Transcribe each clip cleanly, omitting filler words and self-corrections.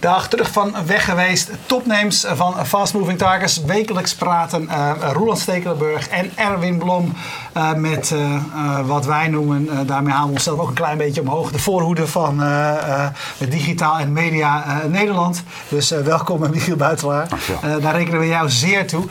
Dag terug van weg geweest. Topnames van Fast Moving Targets. Wekelijks praten Roeland Stekelenburg en Erwin Blom met wat wij noemen. Daarmee halen we onszelf ook een klein beetje omhoog. De voorhoede van digitaal en media Nederland. Dus welkom Michiel Buitelaar. Daar rekenen we jou zeer toe.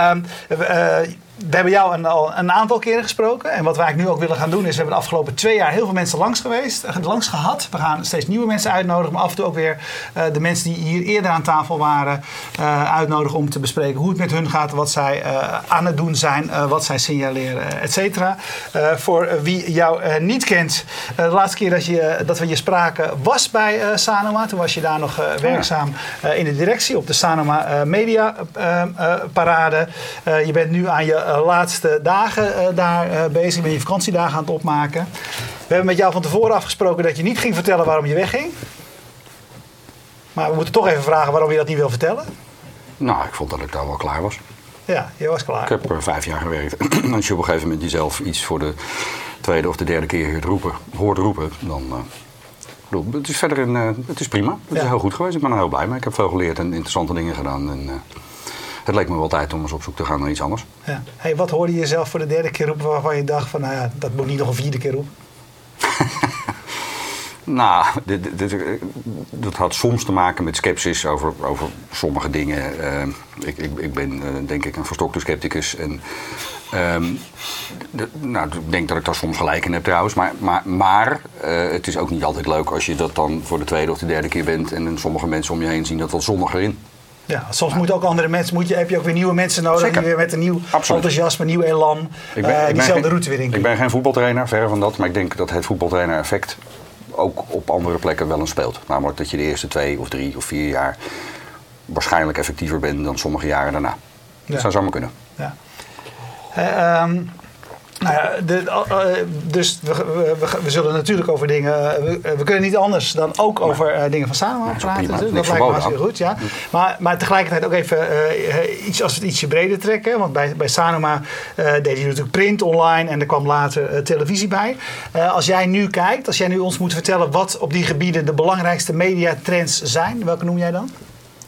We hebben jou al een aantal keren gesproken. En wat wij nu ook willen gaan doen is... we hebben de afgelopen 2 jaar heel veel mensen langs gehad. We gaan steeds nieuwe mensen uitnodigen. Maar af en toe ook weer de mensen die hier eerder aan tafel waren... uitnodigen om te bespreken hoe het met hun gaat. Wat zij aan het doen zijn. Wat zij signaleren, et cetera. Voor wie jou niet kent. De laatste keer dat we je spraken was bij Sanoma. Toen was je daar nog werkzaam in de directie. Op de Sanoma Media Parade. Je bent nu aan je laatste dagen daar bezig. Ben je vakantiedagen aan het opmaken. We hebben met jou van tevoren afgesproken dat je niet ging vertellen waarom je wegging. Maar we moeten toch even vragen waarom je dat niet wil vertellen. Nou, ik vond dat ik daar wel klaar was. Ja, je was klaar. Ik heb 5 jaar gewerkt. Als je op een gegeven moment jezelf iets voor de 2e of de 3e keer hoort roepen, dan... het is verder het is prima. Het is heel goed geweest. Ik ben er heel blij mee. Ik heb veel geleerd en interessante dingen gedaan. En, het leek me wel tijd om eens op zoek te gaan naar iets anders. Ja. Hey, wat hoorde je jezelf voor de 3e keer roepen waarvan je dacht van, nou ja, dat moet niet nog een 4e keer roepen? Nou, dat had soms te maken met sceptisch over sommige dingen. Ik ben denk ik een verstokte scepticus. En, ik denk dat ik daar soms gelijk in heb trouwens. Maar het is ook niet altijd leuk als je dat dan voor de 2e of de 3e keer bent. En sommige mensen om je heen zien dat wat zonniger in. Ja, soms moeten ook andere mensen, heb je ook weer nieuwe mensen nodig. Zeker. Die weer met een nieuw enthousiasme, nieuw elan, diezelfde route weer in. Ik ben geen voetbaltrainer, verre van dat. Maar ik denk dat het voetbaltrainer effect ook op andere plekken wel eens speelt. Namelijk dat je de eerste 2 of 3 of 4 jaar waarschijnlijk effectiever bent dan sommige jaren daarna. Dat zou zomaar kunnen. Ja. Dus we zullen natuurlijk over dingen... We kunnen niet anders dan ook over dingen van Sanoma praten. Dat lijkt me hartstikke goed, ja. Maar tegelijkertijd ook even als we het ietsje breder trekken. Want bij Sanoma deed je natuurlijk print online en er kwam later televisie bij. Als jij nu kijkt, als jij nu ons moet vertellen wat op die gebieden de belangrijkste mediatrends zijn, welke noem jij dan?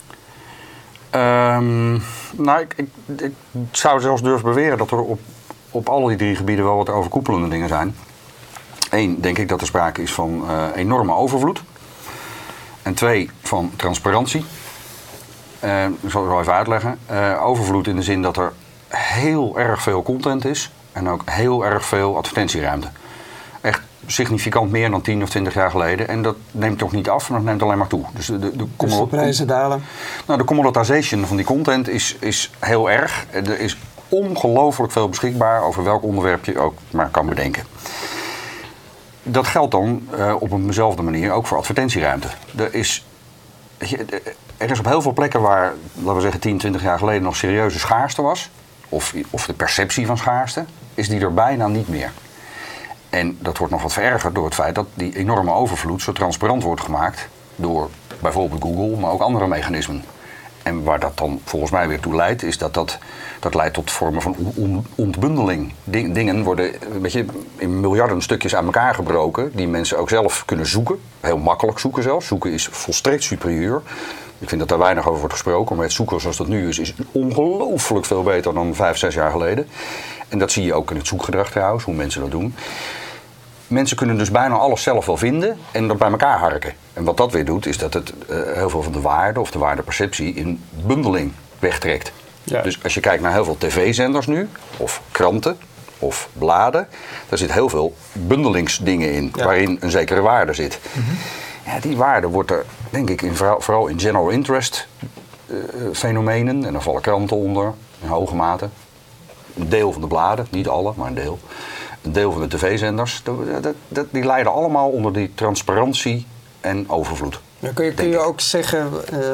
Ik zou zelfs durven beweren dat er op alle die 3 gebieden wel wat overkoepelende dingen zijn. 1, denk ik dat er sprake is van enorme overvloed. En 2, van transparantie. Dat zal ik wel even uitleggen. Overvloed in de zin dat er heel erg veel content is. En ook heel erg veel advertentieruimte. Echt significant meer dan 10 of 20 jaar geleden. En dat neemt toch niet af, maar dat neemt alleen maar toe. Dus de prijzen dalen? Nou, de commoditization van die content is heel erg. Er is ongelooflijk veel beschikbaar over welk onderwerp je ook maar kan bedenken. Dat geldt dan op eenzelfde manier ook voor advertentieruimte. Er is op heel veel plekken waar, laten we zeggen 10, 20 jaar geleden nog serieuze schaarste was, of de perceptie van schaarste, is die er bijna niet meer. En dat wordt nog wat verergerd door het feit dat die enorme overvloed zo transparant wordt gemaakt door bijvoorbeeld Google, maar ook andere mechanismen. En waar dat dan volgens mij weer toe leidt, is dat leidt tot vormen van ontbundeling. Dingen worden in miljarden stukjes aan elkaar gebroken, die mensen ook zelf kunnen zoeken. Heel makkelijk zoeken zelfs. Zoeken is volstrekt superieur. Ik vind dat daar weinig over wordt gesproken, maar het zoeken zoals dat nu is ongelooflijk veel beter dan 5, 6 jaar geleden. En dat zie je ook in het zoekgedrag trouwens, hoe mensen dat doen. Mensen kunnen dus bijna alles zelf wel vinden en dat bij elkaar harken. En wat dat weer doet, is dat het heel veel van de waarde of de waardeperceptie in bundeling wegtrekt. Ja. Dus als je kijkt naar heel veel tv-zenders nu, of kranten, of bladen, daar zit heel veel bundelingsdingen in, waarin een zekere waarde zit. Mm-hmm. Ja, die waarde wordt er, denk ik, vooral in general interest fenomenen, en daar vallen kranten onder, in hoge mate. Een deel van de bladen, niet alle, maar een deel. Een deel van de tv-zenders, die lijden allemaal onder die transparantie en overvloed. Ja, kun je ook zeggen,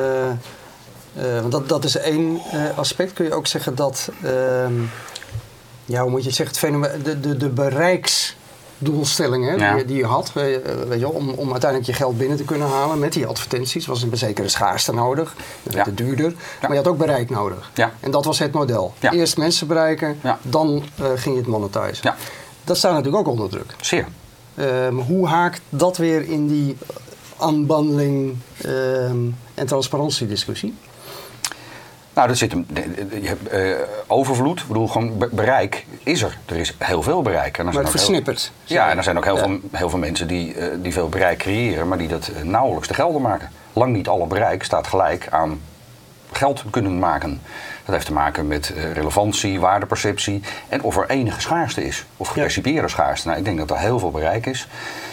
want dat is 1 aspect, kun je ook zeggen dat, hoe moet je het zeggen, het fenomeen, de bereiksdoelstellingen die je had, weet je, om uiteindelijk je geld binnen te kunnen halen met die advertenties, was een zekere schaarste nodig, dat werd duurder, maar je had ook bereik nodig. Ja. En dat was het model. Ja. Eerst mensen bereiken, dan ging je het monetizen. Ja. Dat staat natuurlijk ook onder druk. Zeer. Hoe haakt dat weer in die unbundling en transparantiediscussie? Nou, dat zit hem. Overvloed, ik bedoel, gewoon bereik is er. Er is heel veel bereik. En maar het versnippert. Ja, en er zijn ook heel veel mensen die veel bereik creëren, maar die dat nauwelijks te gelden maken. Lang niet alle bereik staat gelijk aan geld kunnen maken. Dat heeft te maken met relevantie, waardeperceptie en of er enige schaarste is. Of gepercipieerde schaarste. Nou, ik denk dat er heel veel bereik is.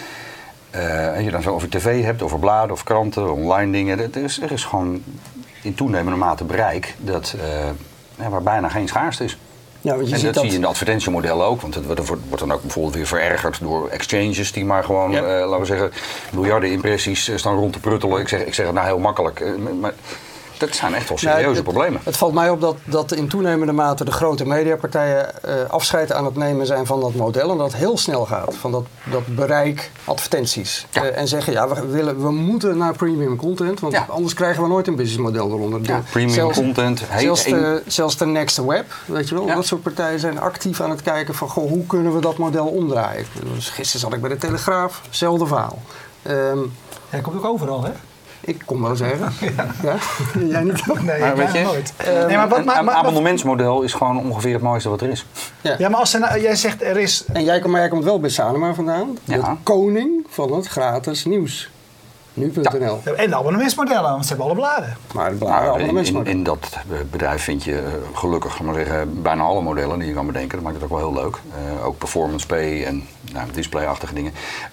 Als je dan zo over tv hebt, over bladen of kranten, online dingen. Er is gewoon in toenemende mate bereik waar bijna geen schaarste is. Ja, want dat zie je in de advertentiemodellen ook. Want het wordt dan ook bijvoorbeeld weer verergerd door exchanges die maar gewoon, laten we zeggen, miljarden impressies staan rond te pruttelen. Ik zeg het nou heel makkelijk. Maar dat zijn echt wel serieuze problemen. Het valt mij op dat in toenemende mate de grote mediapartijen afscheid aan het nemen zijn van dat model. En dat het heel snel gaat. Van dat bereik advertenties. Ja. En zeggen, we moeten naar premium content. Want anders krijgen we nooit een businessmodel eronder. Ja, premium content. Zelfs de Next Web, weet je wel. Ja. Dat soort partijen zijn actief aan het kijken van, hoe kunnen we dat model omdraaien. Dus gisteren zat ik bij de Telegraaf. Hetzelfde verhaal. Hij komt ook overal, hè? Ik kom wel zeggen. Ja. Jij niet? Nee, maar weet je, nooit. Een abonnementsmodel is gewoon ongeveer het mooiste wat er is. Ja, maar als jij zegt er is... En jij komt wel bij Sanoma vandaan. Ja. De koning van het gratis nieuws. Nu.nl. Ja. En de abonnementsmodellen, want ze hebben alle bladen. Maar de bladen, abonnementsmodellen. In dat bedrijf vind je gelukkig, maar zeggen, bijna alle modellen die je kan bedenken. Dat maakt het ook wel heel leuk. Ook performance pay en display-achtige dingen.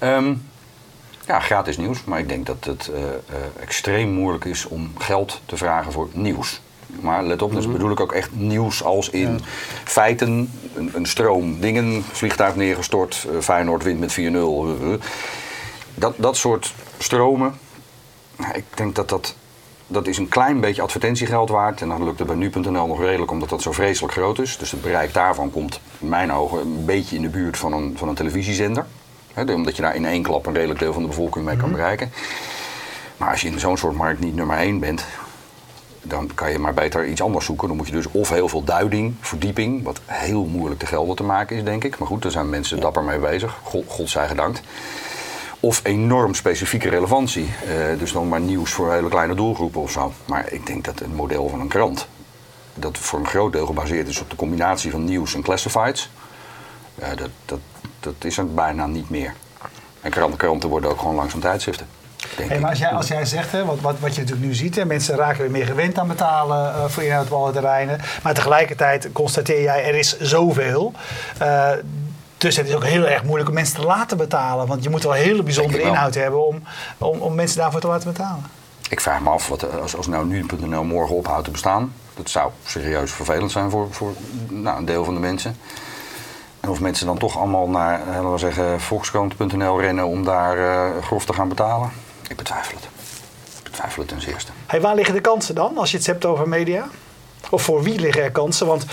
Gratis nieuws, maar ik denk dat het extreem moeilijk is om geld te vragen voor nieuws. Maar let op, dus bedoel ik ook echt nieuws als in feiten, een stroom dingen, vliegtuig neergestort, Feyenoord wint met 4-0. Dat soort stromen, ik denk dat is een klein beetje advertentiegeld waard. En dan lukt het bij nu.nl nog redelijk, omdat dat zo vreselijk groot is. Dus het bereik daarvan komt in mijn ogen een beetje in de buurt van een televisiezender. Omdat je daar in één klap een redelijk deel van de bevolking mee kan bereiken. Maar als je in zo'n soort markt niet nummer 1 bent, dan kan je maar beter iets anders zoeken. Dan moet je dus of heel veel duiding, verdieping, wat heel moeilijk te gelden te maken is, denk ik. Maar goed, daar zijn mensen dapper mee bezig. God zij gedankt. Of enorm specifieke relevantie. Dus dan maar nieuws voor hele kleine doelgroepen of zo. Maar ik denk dat het model van een krant, dat voor een groot deel gebaseerd is op de combinatie van nieuws en classifieds, dat is er bijna niet meer. En kranten worden ook gewoon langzaam tijdschriften. Maar als jij zegt, hè, wat je natuurlijk nu ziet, hè, mensen raken weer meer gewend aan betalen voor inhoud op alle terreinen. Maar tegelijkertijd constateer jij, er is zoveel. Dus het is ook heel erg moeilijk om mensen te laten betalen. Want je moet wel hele bijzondere inhoud hebben om mensen daarvoor te laten betalen. Ik vraag me af, als nou nu.nl morgen ophoudt te bestaan. Dat zou serieus vervelend zijn voor een deel van de mensen. En of mensen dan toch allemaal naar, laten we zeggen, Volkskrant.nl rennen om daar grof te gaan betalen. Ik betwijfel het. Ik betwijfel het ten zeerste. Hey, waar liggen de kansen dan, als je het hebt over media? Of voor wie liggen er kansen? Want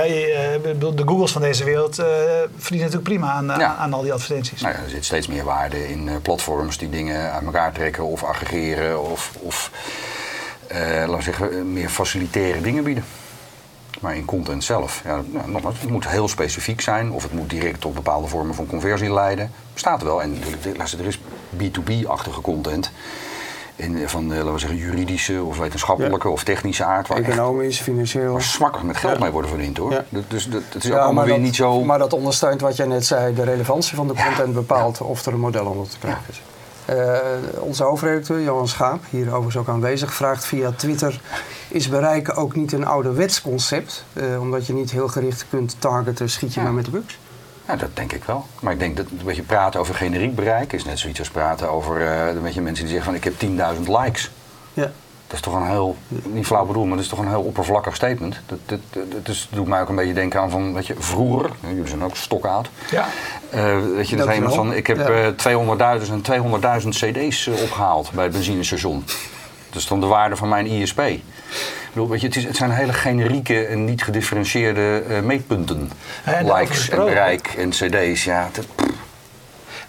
de Googles van deze wereld verdienen natuurlijk prima aan al die advertenties. Nou ja, er zit steeds meer waarde in platforms die dingen uit elkaar trekken of aggregeren of laten we zeggen, meer faciliteren dingen bieden. Maar in content zelf, nogmaals, het moet heel specifiek zijn of het moet direct tot bepaalde vormen van conversie leiden. Bestaat wel. En er is B2B-achtige content. Van, laten we zeggen, juridische of wetenschappelijke of technische aard. Economisch, financieel. Waar smakkig met geld mee worden verdiend, hoor. Ja. Dus het is ook allemaal weer niet zo. Maar dat ondersteunt wat jij net zei. De relevantie van de content bepaalt of er een model onder te krijgen is. Onze hoofdredacteur Johan Schaap, hier overigens ook aanwezig, vraagt via Twitter: is bereiken ook niet een ouderwets concept? Omdat je niet heel gericht kunt targeten, schiet je maar met de bugs? Ja, dat denk ik wel. Maar ik denk dat een beetje praten over generiek bereik is net zoiets als praten over een beetje mensen die zeggen van ik heb 10.000 likes. Ja. Dat is toch een heel, niet flauw bedoeld, maar dat is toch een heel oppervlakkig statement. Dat doet mij ook een beetje denken aan van, weet je, vroeger, jullie zijn ook stokoud. Ja. Weet je, er zei iemand van, ik heb 200.000 cd's opgehaald bij het benzinestation. Dat is dan de waarde van mijn ISP. Ik bedoel, weet je, het zijn hele generieke en niet gedifferentieerde meetpunten. Likes en bereik en cd's, ja.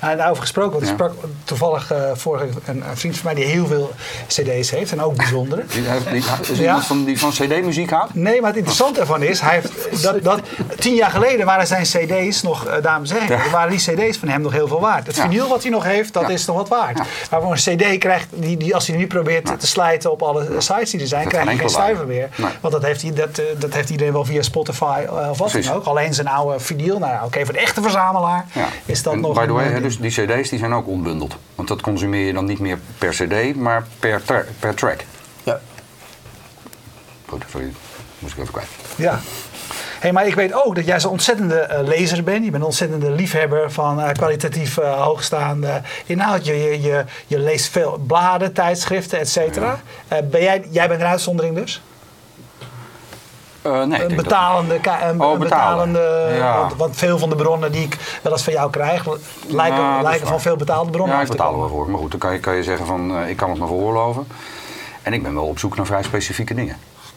En daarover gesproken, want ik sprak toevallig vorige een vriend van mij die heel veel cd's heeft en ook bijzondere. Is iemand die van cd-muziek houdt? Nee, maar het interessante ervan is, hij heeft dat 10 jaar geleden waren zijn cd's nog, daarom zeg ik, er waren die cd's van hem nog heel veel waard. Het vinyl wat hij nog heeft, dat is nog wat waard. Ja. Maar voor een cd krijgt, die als hij nu probeert te slijten op alle sites die er zijn, krijgt hij geen stuiver meer. Nee. Want dat heeft iedereen wel via Spotify of wat dan ook. Alleen zijn oude vinyl, voor de echte verzamelaar is dat nog... By the way, dus die cd's die zijn ook onbundeld. Want dat consumeer je dan niet meer per cd, maar per track. Ja. Goed, sorry, moest ik even kwijt. Ja. Hey, maar ik weet ook dat jij zo'n ontzettende lezer bent. Je bent een ontzettende liefhebber van kwalitatief hoogstaande inhoud. Je leest veel bladen, tijdschriften, et cetera. Jij bent een uitzondering dus? Nee, een betalende want veel van de bronnen die ik wel eens van jou krijg lijken van veel betaalde bronnen af te komen. Ja, ik betaal wel voor. Maar goed, dan kan je zeggen van ik kan het me veroorloven. En ik ben wel op zoek naar vrij specifieke dingen.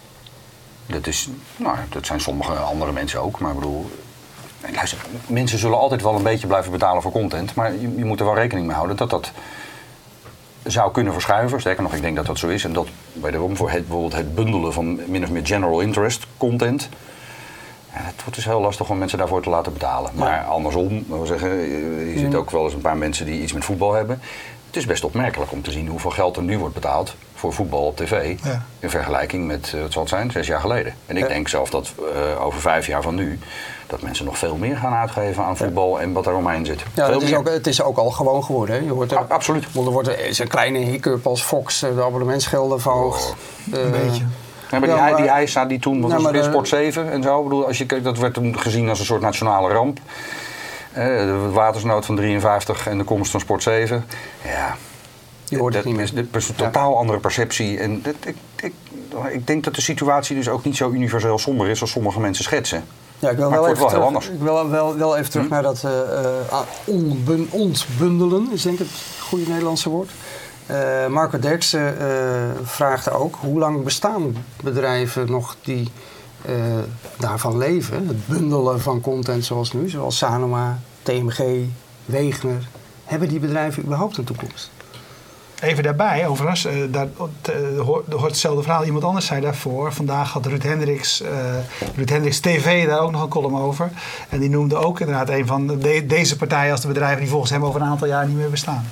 Dat zijn sommige andere mensen ook. Maar ik bedoel, luister, mensen zullen altijd wel een beetje blijven betalen voor content. Maar je moet er wel rekening mee houden dat zou kunnen verschuiven. Sterker nog, ik denk dat dat zo is. En dat wederom voor bijvoorbeeld het bundelen van min of meer general interest content. Het wordt dus heel lastig om mensen daarvoor te laten betalen. Maar andersom, we zeggen, je ziet ook wel eens een paar mensen die iets met voetbal hebben. Het is best opmerkelijk om te zien hoeveel geld er nu wordt betaald voor voetbal op tv. Ja. In vergelijking met, wat zal het zijn, 6 jaar geleden. En ik denk zelf dat over 5 jaar van nu, dat mensen nog veel meer gaan uitgeven aan voetbal en wat daar omheen zit. Ja, het is ook al gewoon geworden. Hè? Je hoort absoluut. Er wordt een kleine hiccup als Fox de abonnementsgelden verhoogt. Een beetje. Ja, maar die eisa die toen, wat was het, Sport 7 en zo. Ik bedoel, als je kijkt, dat werd toen gezien als een soort nationale ramp. De watersnood van 53 en de komst van Sport 7. Ja, je hoort het niet meer. Dat is een totaal andere perceptie. En ik denk dat de situatie dus ook niet zo universeel somber is als sommige mensen schetsen. Ja, ik wil wel even terug naar dat ontbundelen, is denk ik het goede Nederlandse woord. Marco Derksen vraagt ook, hoe lang bestaan bedrijven nog die daarvan leven? Het bundelen van content zoals nu, zoals Sanoma, TMG, Wegener. Hebben die bedrijven überhaupt een toekomst? Even daarbij, overigens, hoort hetzelfde verhaal. Iemand anders zei daarvoor. Vandaag had Ruud Hendricks TV daar ook nog een column over. En die noemde ook inderdaad een van deze partijen als de bedrijven die volgens hem over een aantal jaar niet meer bestaan.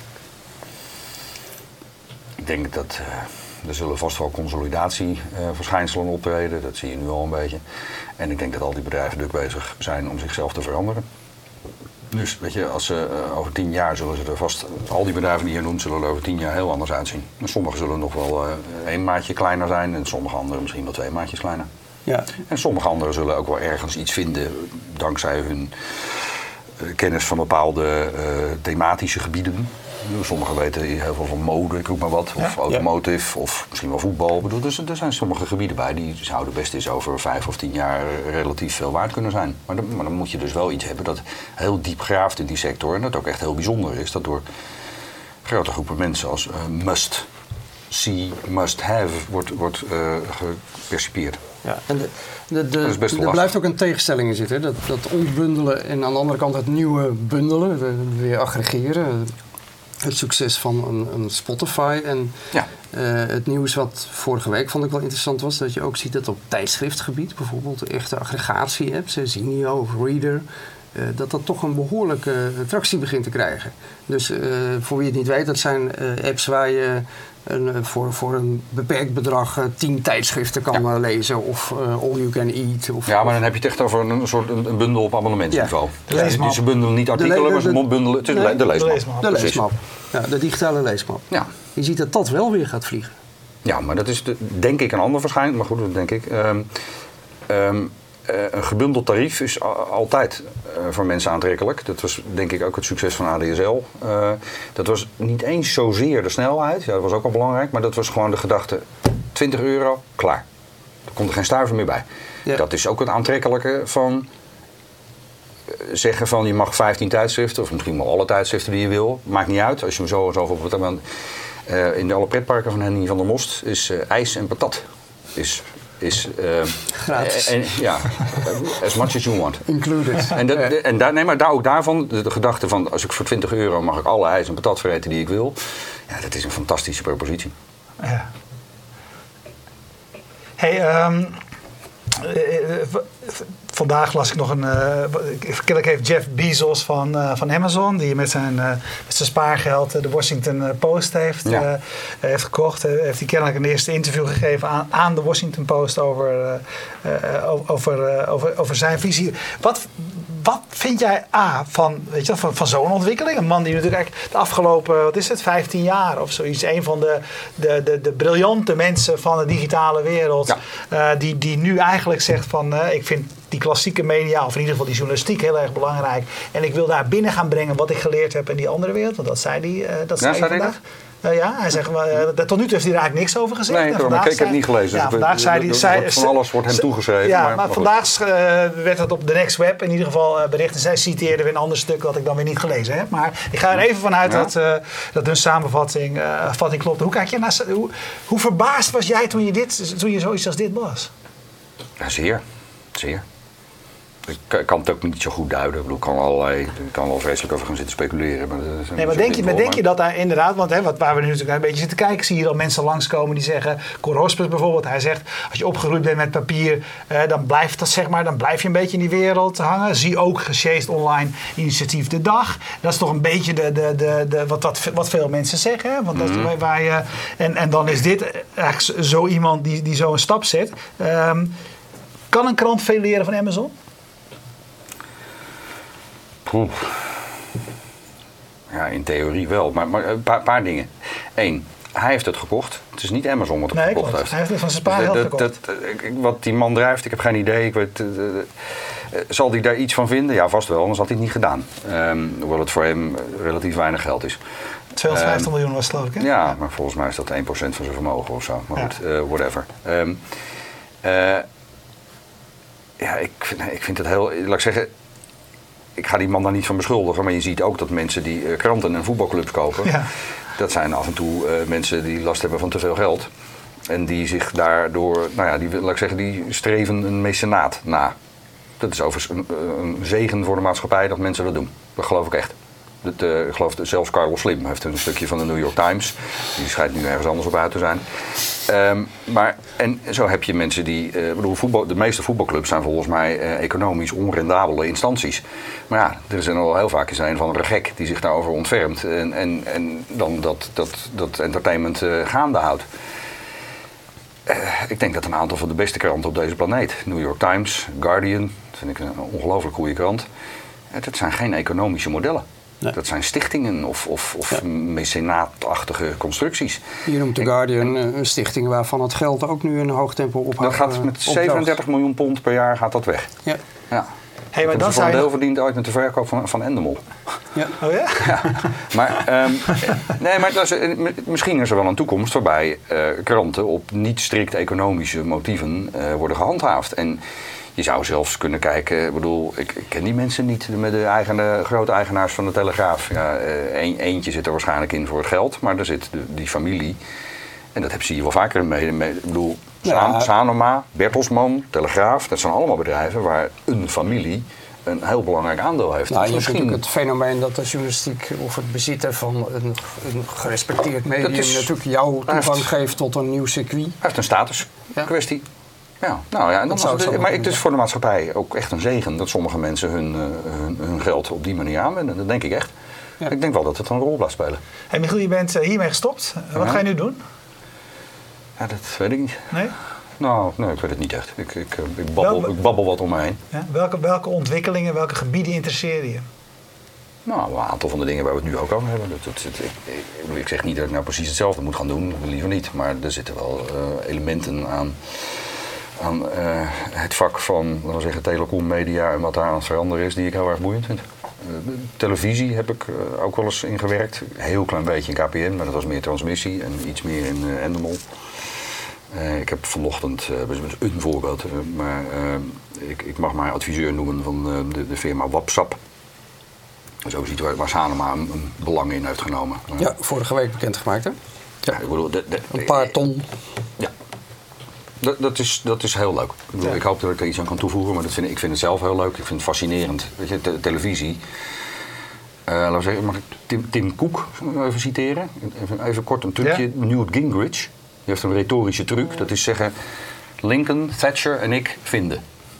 Ik denk dat er zullen vast wel consolidatieverschijnselen optreden. Dat zie je nu al een beetje. En ik denk dat al die bedrijven druk bezig zijn om zichzelf te veranderen. Dus weet je, over 10 jaar zullen ze er vast, al die bedrijven die je noemt, zullen er over 10 jaar heel anders uitzien. En sommige zullen nog wel 1 maatje kleiner zijn en sommige anderen misschien wel 2 maatjes kleiner. Ja. En sommige anderen zullen ook wel ergens iets vinden dankzij hun kennis van bepaalde thematische gebieden. Sommigen weten heel veel van mode, ik roep maar wat, of automotive, of misschien wel voetbal. Ik bedoel, dus er zijn sommige gebieden bij die zouden best eens over 5 of 10 jaar relatief veel waard kunnen zijn. Maar dan moet je dus wel iets hebben dat heel diep graaft in die sector en dat ook echt heel bijzonder is. Dat door grote groepen mensen als must see, must have wordt gepercipieerd. Ja, en er blijft ook een tegenstelling in zitten. Dat ontbundelen en aan de andere kant het nieuwe bundelen, weer aggregeren. Het succes van een Spotify en het nieuws wat vorige week vond ik wel interessant was, dat je ook ziet dat op tijdschriftgebied, bijvoorbeeld echte aggregatie-apps, Zinio of Reader, dat toch een behoorlijke attractie begint te krijgen. Dus voor wie het niet weet, dat zijn apps waar je voor een beperkt bedrag 10 tijdschriften kan lezen of all you can eat. Maar dan heb je het echt over een bundel op abonnementsniveau. Ja. Ze bundelen niet artikelen, maar ze bundelen de leesmap. De leesmap. Ja, de digitale leesmap. Ja. Je ziet dat wel weer gaat vliegen. Ja, maar dat is denk ik een ander verschijnsel. Maar goed, dat denk ik. Een gebundeld tarief is altijd voor mensen aantrekkelijk. Dat was denk ik ook het succes van ADSL. Dat was niet eens zozeer de snelheid. Ja, dat was ook al belangrijk. Maar dat was gewoon de gedachte, €20, klaar. Er komt er geen stuiver meer bij. Ja. Dat is ook het aantrekkelijke van zeggen van je mag 15 tijdschriften. Of misschien wel alle tijdschriften die je wil. Maakt niet uit. Als je hem zoveel betaalt. In alle pretparken van Henny van der Most is ijs en patat. Is is... gratis. As much as you want. Included. Maar ook daarvan, de gedachte van... als ik voor €20 mag ik alle ijs en patat vereten die ik wil. Ja, dat is een fantastische propositie. Ja. Hey, vandaag las ik nog kennelijk heeft Jeff Bezos van Amazon, die met zijn spaargeld de Washington Post heeft gekocht. Heeft hij kennelijk een eerste interview gegeven aan de Washington Post over zijn visie. Wat vind jij van zo'n ontwikkeling? Een man die natuurlijk de afgelopen 15 jaar of zoiets, een van de briljante mensen van de digitale wereld, die nu eigenlijk zegt van ik vind die klassieke media, of in ieder geval die journalistiek, heel erg belangrijk. En ik wil daar binnen gaan brengen wat ik geleerd heb in die andere wereld. Want dat zei hij vandaag. Hij zegt, tot nu toe heeft hij er eigenlijk niks over gezegd. Nee, maar ik heb het niet gelezen. Ja, vandaag van alles wordt hem toegeschreven. Ja, maar vandaag werd het op de Next Web in ieder geval bericht. En zij citeerde weer een ander stuk dat ik dan weer niet gelezen heb. Maar ik ga er even vanuit dat hun samenvatting klopt. Hoe kijk je naar? Hoe verbaasd was jij toen je zoiets als dit las? Ja, zeer. Ik kan het ook niet zo goed duiden. Ik bedoel, ik kan wel vreselijk over gaan zitten speculeren. Maar denk je dat daar inderdaad, want waar we nu natuurlijk een beetje zitten kijken, zie je dan mensen langskomen die zeggen, Cor Hospes bijvoorbeeld, hij zegt, als je opgegroeid bent met papier, dan blijft dat dan blijf je een beetje in die wereld hangen. Zie ook gesjeest online initiatief De Dag. Dat is toch een beetje wat veel mensen zeggen. Hè? Want dat is waar je, en dan is dit eigenlijk zo iemand die zo een stap zet. Kan een krant veel leren van Amazon? Ja, in theorie wel. Maar een paar dingen. 1, hij heeft het gekocht. Het is niet Amazon wat het gekocht heeft. Hij heeft het van zijn spaargeld gekocht. Wat die man drijft, ik heb geen idee. Zal hij daar iets van vinden? Ja, vast wel, anders had hij het niet gedaan. Hoewel het voor hem relatief weinig geld is. 250 miljoen was het, geloof ik, hè? Ja, maar volgens mij is dat 1% van zijn vermogen of zo. Maar goed, whatever. Ik vind het heel... Laat ik zeggen... Ik ga die man daar niet van beschuldigen, maar je ziet ook dat mensen die kranten en voetbalclubs kopen, dat zijn af en toe mensen die last hebben van te veel geld. En die zich daardoor, die streven een mecenaat na. Dat is overigens een zegen voor de maatschappij dat mensen dat doen. Dat geloof ik echt. Ik geloof dat zelfs Carlos Slim heeft een stukje van de New York Times. Die schijnt nu ergens anders op uit te zijn. En zo heb je mensen die... de meeste voetbalclubs zijn volgens mij economisch onrendabele instanties. Maar ja, er is al heel vaak een van een gek die zich daarover ontfermt. En dan dat entertainment gaande houdt. Ik denk dat een aantal van de beste kranten op deze planeet... New York Times, Guardian, dat vind ik een ongelooflijk goede krant. Dat zijn geen economische modellen. Nee. Dat zijn stichtingen of mecenaatachtige constructies. Je noemt The Guardian een stichting waarvan het geld ook nu in hoog tempo ophoudt. Dat gaat met 37 miljoen pond per jaar gaat dat weg. Ja. Hey, maar dat is voor een deel verdiend uit met de verkoop van Endemol. Ja. Oh ja? Ja. Maar misschien is er wel een toekomst waarbij kranten op niet strikt economische motieven worden gehandhaafd. En je zou zelfs kunnen kijken, ik ken die mensen niet, met de grote eigenaars van de Telegraaf. Ja, eentje zit er waarschijnlijk in voor het geld, maar er zit die familie. En dat zie je wel vaker mee. Sanoma, Bertelsmann, Telegraaf, dat zijn allemaal bedrijven waar een familie een heel belangrijk aandeel heeft. Nou, je hebt natuurlijk het fenomeen dat de journalistiek of het bezitten van een gerespecteerd medium natuurlijk jou toegang geeft tot een nieuw circuit. Hij heeft een statuskwestie. Ja, en maar het is voor de maatschappij ook echt een zegen dat sommige mensen hun geld op die manier aanwenden. Dat denk ik echt. Ja. Ik denk wel dat het een rol blijft spelen. Hey Michiel, je bent hiermee gestopt. Wat ga je nu doen? Ja, dat weet ik niet. Nee? Nou, nee, ik weet het niet echt. Ik babbel wat om me heen. Ja, welke ontwikkelingen, welke gebieden interesseren je? Nou, een aantal van de dingen waar we het nu ook over hebben. Ik zeg niet dat ik nou precies hetzelfde moet gaan doen, liever niet. Maar er zitten wel elementen aan het vak van, laten we zeggen, telecom, media en wat daar aan het veranderen is, die ik heel erg boeiend vind. Televisie heb ik ook wel eens in gewerkt. Een heel klein beetje in KPN, maar dat was meer transmissie en iets meer in Endemol. Ik heb vanochtend, een voorbeeld, maar ik mag maar adviseur noemen van de firma Wapsap. Zo ziet waar Sanoma een belang in heeft genomen. Ja, vorige week bekendgemaakt, hè? Ja, ik bedoel... een paar ton. Ja. Dat is heel leuk. Ik bedoel, ik hoop dat ik er iets aan kan toevoegen, maar ik vind het zelf heel leuk. Ik vind het fascinerend. Weet je, televisie. Laten we zeggen, mag ik Tim Cook even citeren? Even kort een trucje. Newt Gingrich. Die heeft een retorische truc. Dat is zeggen, Lincoln, Thatcher en ik vinden.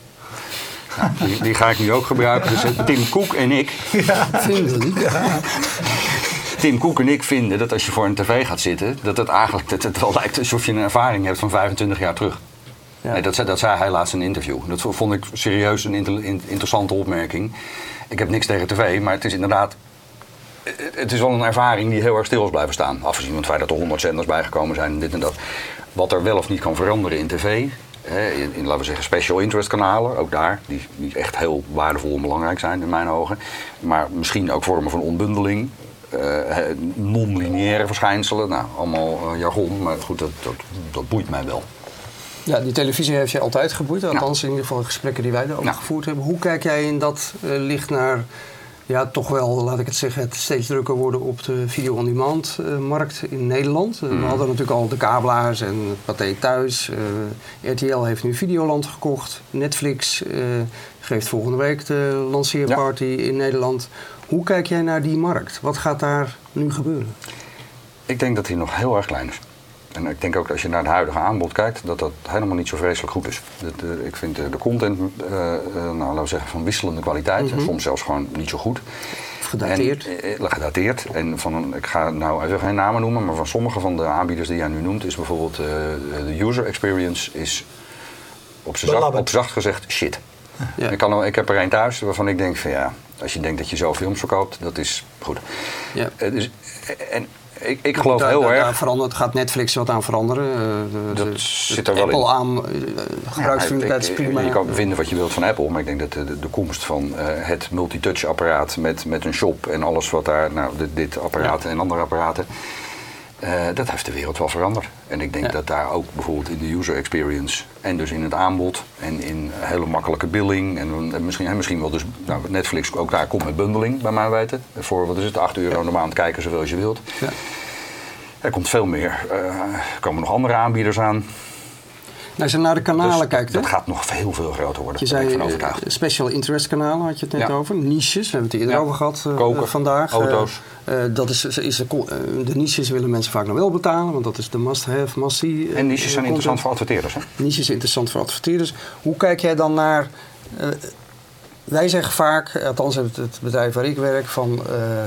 Nou, die ga ik nu ook gebruiken. Dus Tim Cook en ik vinden. Ja. Tim Cook en ik vinden dat als je voor een tv gaat zitten, dat het wel lijkt alsof je een ervaring hebt van 25 jaar terug. Ja. Nee, dat zei hij laatst in een interview. Dat vond ik serieus een interessante opmerking. Ik heb niks tegen tv, maar het is inderdaad... Het is wel een ervaring die heel erg stil is blijven staan. Afgezien van het feit dat er 100 zenders bijgekomen zijn en dit en dat. Wat er wel of niet kan veranderen in tv... in laten we zeggen special interest kanalen, ook daar, die echt heel waardevol en belangrijk zijn in mijn ogen. Maar misschien ook vormen van ontbundeling, non-lineaire verschijnselen, nou, allemaal jargon, maar goed, dat boeit mij wel. Ja, die televisie heeft je altijd geboeid, althans in ieder geval de gesprekken die wij erover gevoerd hebben. Hoe kijk jij in dat licht naar, ja, toch wel, laat ik het zeggen, het steeds drukker worden op de video-on-demand markt in Nederland? We hadden natuurlijk al de kabelaars en Pathé Thuis. RTL heeft nu Videoland gekocht. Netflix geeft volgende week de lanceerparty in Nederland. Hoe kijk jij naar die markt? Wat gaat daar nu gebeuren? Ik denk dat die nog heel erg klein is. En ik denk ook als je naar het huidige aanbod kijkt, dat helemaal niet zo vreselijk goed is. Ik vind de content, laten we zeggen, van wisselende kwaliteit. Soms zelfs gewoon niet zo goed. Gedateerd. Gedateerd. En ik ga nou even geen namen noemen, maar van sommige van de aanbieders die jij nu noemt, is bijvoorbeeld de user experience is op zacht gezegd shit. Ja. Ik heb er een thuis waarvan ik denk van ja, als je denkt dat je zo films verkoopt, dat is goed. Ja. Ik geloof heel erg. Gaat Netflix wat aan veranderen? Dat zit er wel Apple in. aan gebruiksvriendelijkheid is prima. Je kan vinden wat je wilt van Apple, maar ik denk dat de komst van het multitouch apparaat met een shop en alles wat daar, nou dit apparaat en andere apparaten, dat heeft de wereld wel veranderd. En ik denk dat daar ook bijvoorbeeld in de user experience en dus in het aanbod en in hele makkelijke billing en misschien wel dus Netflix ook daar komt met bundeling bij mij weten. Voor wat is het, €8 in de maand kijken zoveel als je wilt. Ja. Er komt veel meer. Er komen nog andere aanbieders aan. Als je naar de kanalen kijkt, dat gaat nog veel groter worden. Je zei special interest kanalen, had je het net over. Niches, we hebben het er eerder over gehad vandaag. Auto's. De niches willen mensen vaak nog wel betalen, want dat is de must-have, must-see. En niches zijn interessant voor adverteerders. Hè? Niches zijn interessant voor adverteerders. Hoe kijk jij dan naar... wij zeggen vaak, althans het bedrijf waar ik werk, van...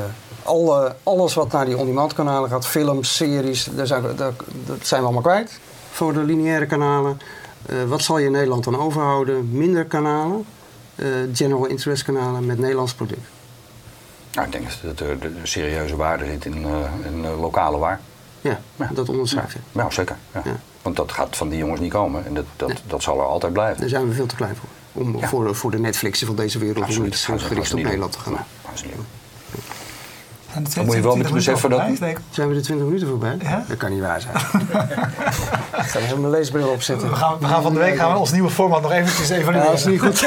alles wat naar die on-demand kanalen gaat, films, series, dat zijn we allemaal kwijt voor de lineaire kanalen. Wat zal je in Nederland dan overhouden? Minder kanalen, general interest kanalen met Nederlands product. Nou, ik denk dat er de serieuze waarde zit in lokale waar. Ja, dat onderschrijf je. Ja, zeker. Ja. Ja. Want dat gaat van die jongens niet komen en dat zal er altijd blijven. Daar zijn we veel te klein voor. Om voor de Netflixen van deze wereld om iets gericht op Nederland te gaan. Dan moet je wel met het beseffen dat... Zijn we de 20 minuten voorbij? Ja? Dat kan niet waar zijn. Ik ga even mijn leesbril opzetten. We gaan van de week ons nieuwe format nog eventjes evalueren. Ja, dat is niet goed.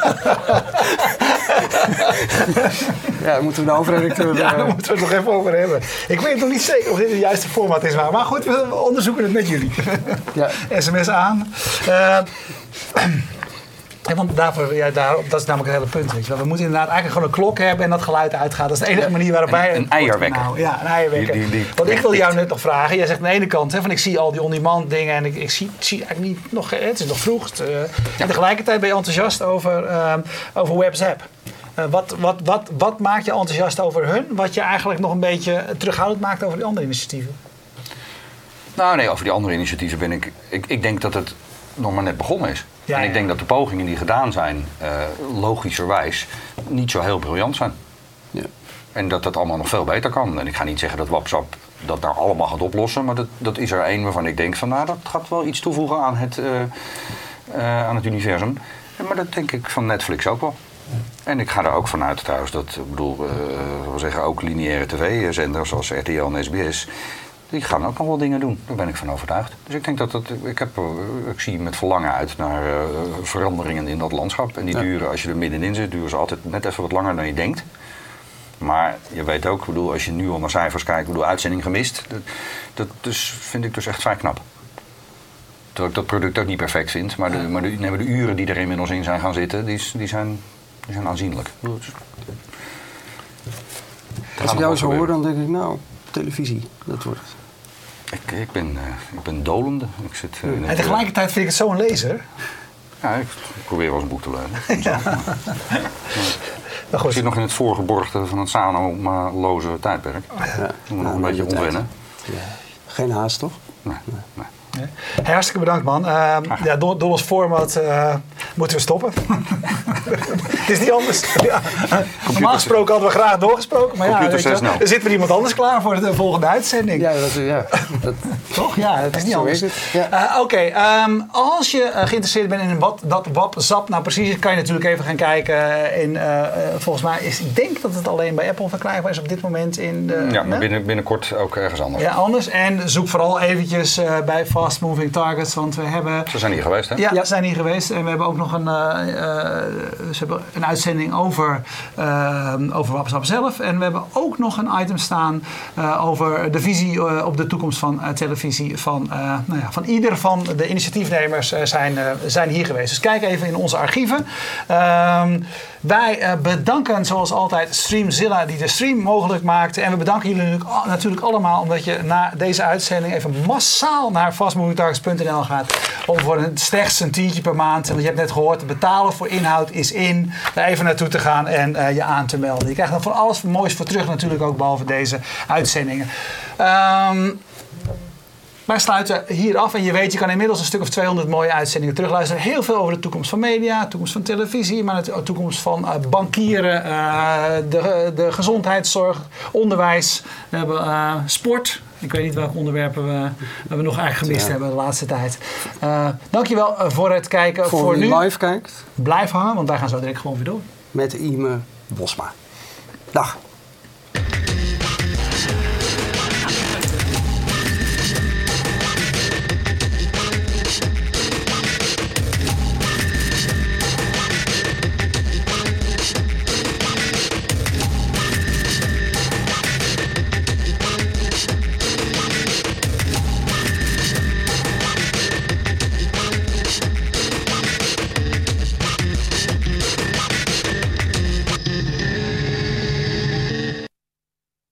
Ja, dan moeten we de hoofdredacteur... Ja, daar moeten we het nog even over hebben. Ik weet nog niet zeker of dit het juiste format is. Maar goed, we onderzoeken het met jullie. Ja. SMS aan. Want dat is namelijk het hele punt. Weet je wel. We moeten inderdaad eigenlijk gewoon een klok hebben en dat geluid uitgaat. Dat is de enige manier waarop wij... Een eierwekker. Ja, een eierwekker. Want ik wil jou net nog vragen. Jij zegt aan de ene kant, van ik zie al die on-demand dingen en ik zie eigenlijk niet nog... Het is nog vroeg. En tegelijkertijd ben je enthousiast over WhatsApp. Wat maakt je enthousiast over hun? Wat je eigenlijk nog een beetje terughoudend maakt over die andere initiatieven? Nou nee, over die andere initiatieven ben ik denk dat het nog maar net begonnen is. Ja, en ik denk dat de pogingen die gedaan zijn, logischerwijs, niet zo heel briljant zijn. Ja. En dat dat allemaal nog veel beter kan. En ik ga niet zeggen dat WhatsApp dat nou allemaal gaat oplossen, maar dat is er één waarvan ik denk van nou, dat gaat wel iets toevoegen aan het universum. Maar dat denk ik van Netflix ook wel. En ik ga er ook vanuit trouwens dat, we zeggen ook lineaire tv-zenders zoals RTL en SBS, die gaan ook nog wel dingen doen. Daar ben ik van overtuigd. Dus ik denk ik zie met verlangen uit naar veranderingen in dat landschap. En die duren, als je er middenin zit, duren ze altijd net even wat langer dan je denkt. Maar je weet ook, als je nu al naar cijfers kijkt, uitzending gemist. Dat vind ik dus echt vrij knap. Terwijl ik dat product ook niet perfect vind. Maar de uren die er inmiddels in zijn gaan zitten, die zijn aanzienlijk. Als ik jou zo hoor, dan denk ik, nou, televisie, dat wordt het. Ik ben dolende. En tegelijkertijd vind ik het zo een lezer. Ja, ik probeer wel eens een boek te lezen. Ja. Ik zit nog in het voorgeborgde van het samenloze tijdperk. Ja. Moet nog een beetje ontwennen. Ja. Geen haast, toch? Nee. Hey, hartstikke bedankt, man. Door ons format moeten we stoppen. Het is niet anders. Ja. Normaal gesproken hadden we graag doorgesproken. Maar er zit weer iemand anders klaar voor de volgende uitzending. Toch? Ja, het is niet anders. Ja. Oké, als je geïnteresseerd bent in wat dat WAP-SAP nou precies is, kan je natuurlijk even gaan kijken. Volgens mij ik denk dat het alleen bij Apple verkrijgbaar is op dit moment. Maar binnenkort ook ergens anders. Ja, anders. En zoek vooral eventjes bij Fast Moving Targets, want we hebben... Ze zijn hier geweest, hè? Ja, ze zijn hier geweest. En we hebben ook nog een uitzending over WAP-SAP zelf. En we hebben ook nog een item staan over de visie op de toekomst van televisie. Van ieder van de initiatiefnemers zijn hier geweest. Dus kijk even in onze archieven. Wij bedanken zoals altijd Streamzilla die de stream mogelijk maakte. En we bedanken jullie natuurlijk allemaal omdat je na deze uitzending even massaal naar fastmovingtargets.nl gaat. Om voor slechts een tientje per maand. Want je hebt net gehoord, betalen voor inhoud is in. Daar even naartoe te gaan en je aan te melden. Je krijgt dan van alles moois voor terug natuurlijk ook behalve deze uitzendingen. Wij sluiten hier af en je weet, je kan inmiddels een stuk of 200 mooie uitzendingen terugluisteren. Heel veel over de toekomst van media, de toekomst van televisie, maar de toekomst van bankieren, de gezondheidszorg, onderwijs. We hebben sport. Ik weet niet welke onderwerpen we nog eigenlijk gemist hebben de laatste tijd. Dankjewel voor het kijken. Voor wie nu. Live kijkt. Blijf hangen, want wij gaan zo direct gewoon weer door. Met Ime Bosma. Dag.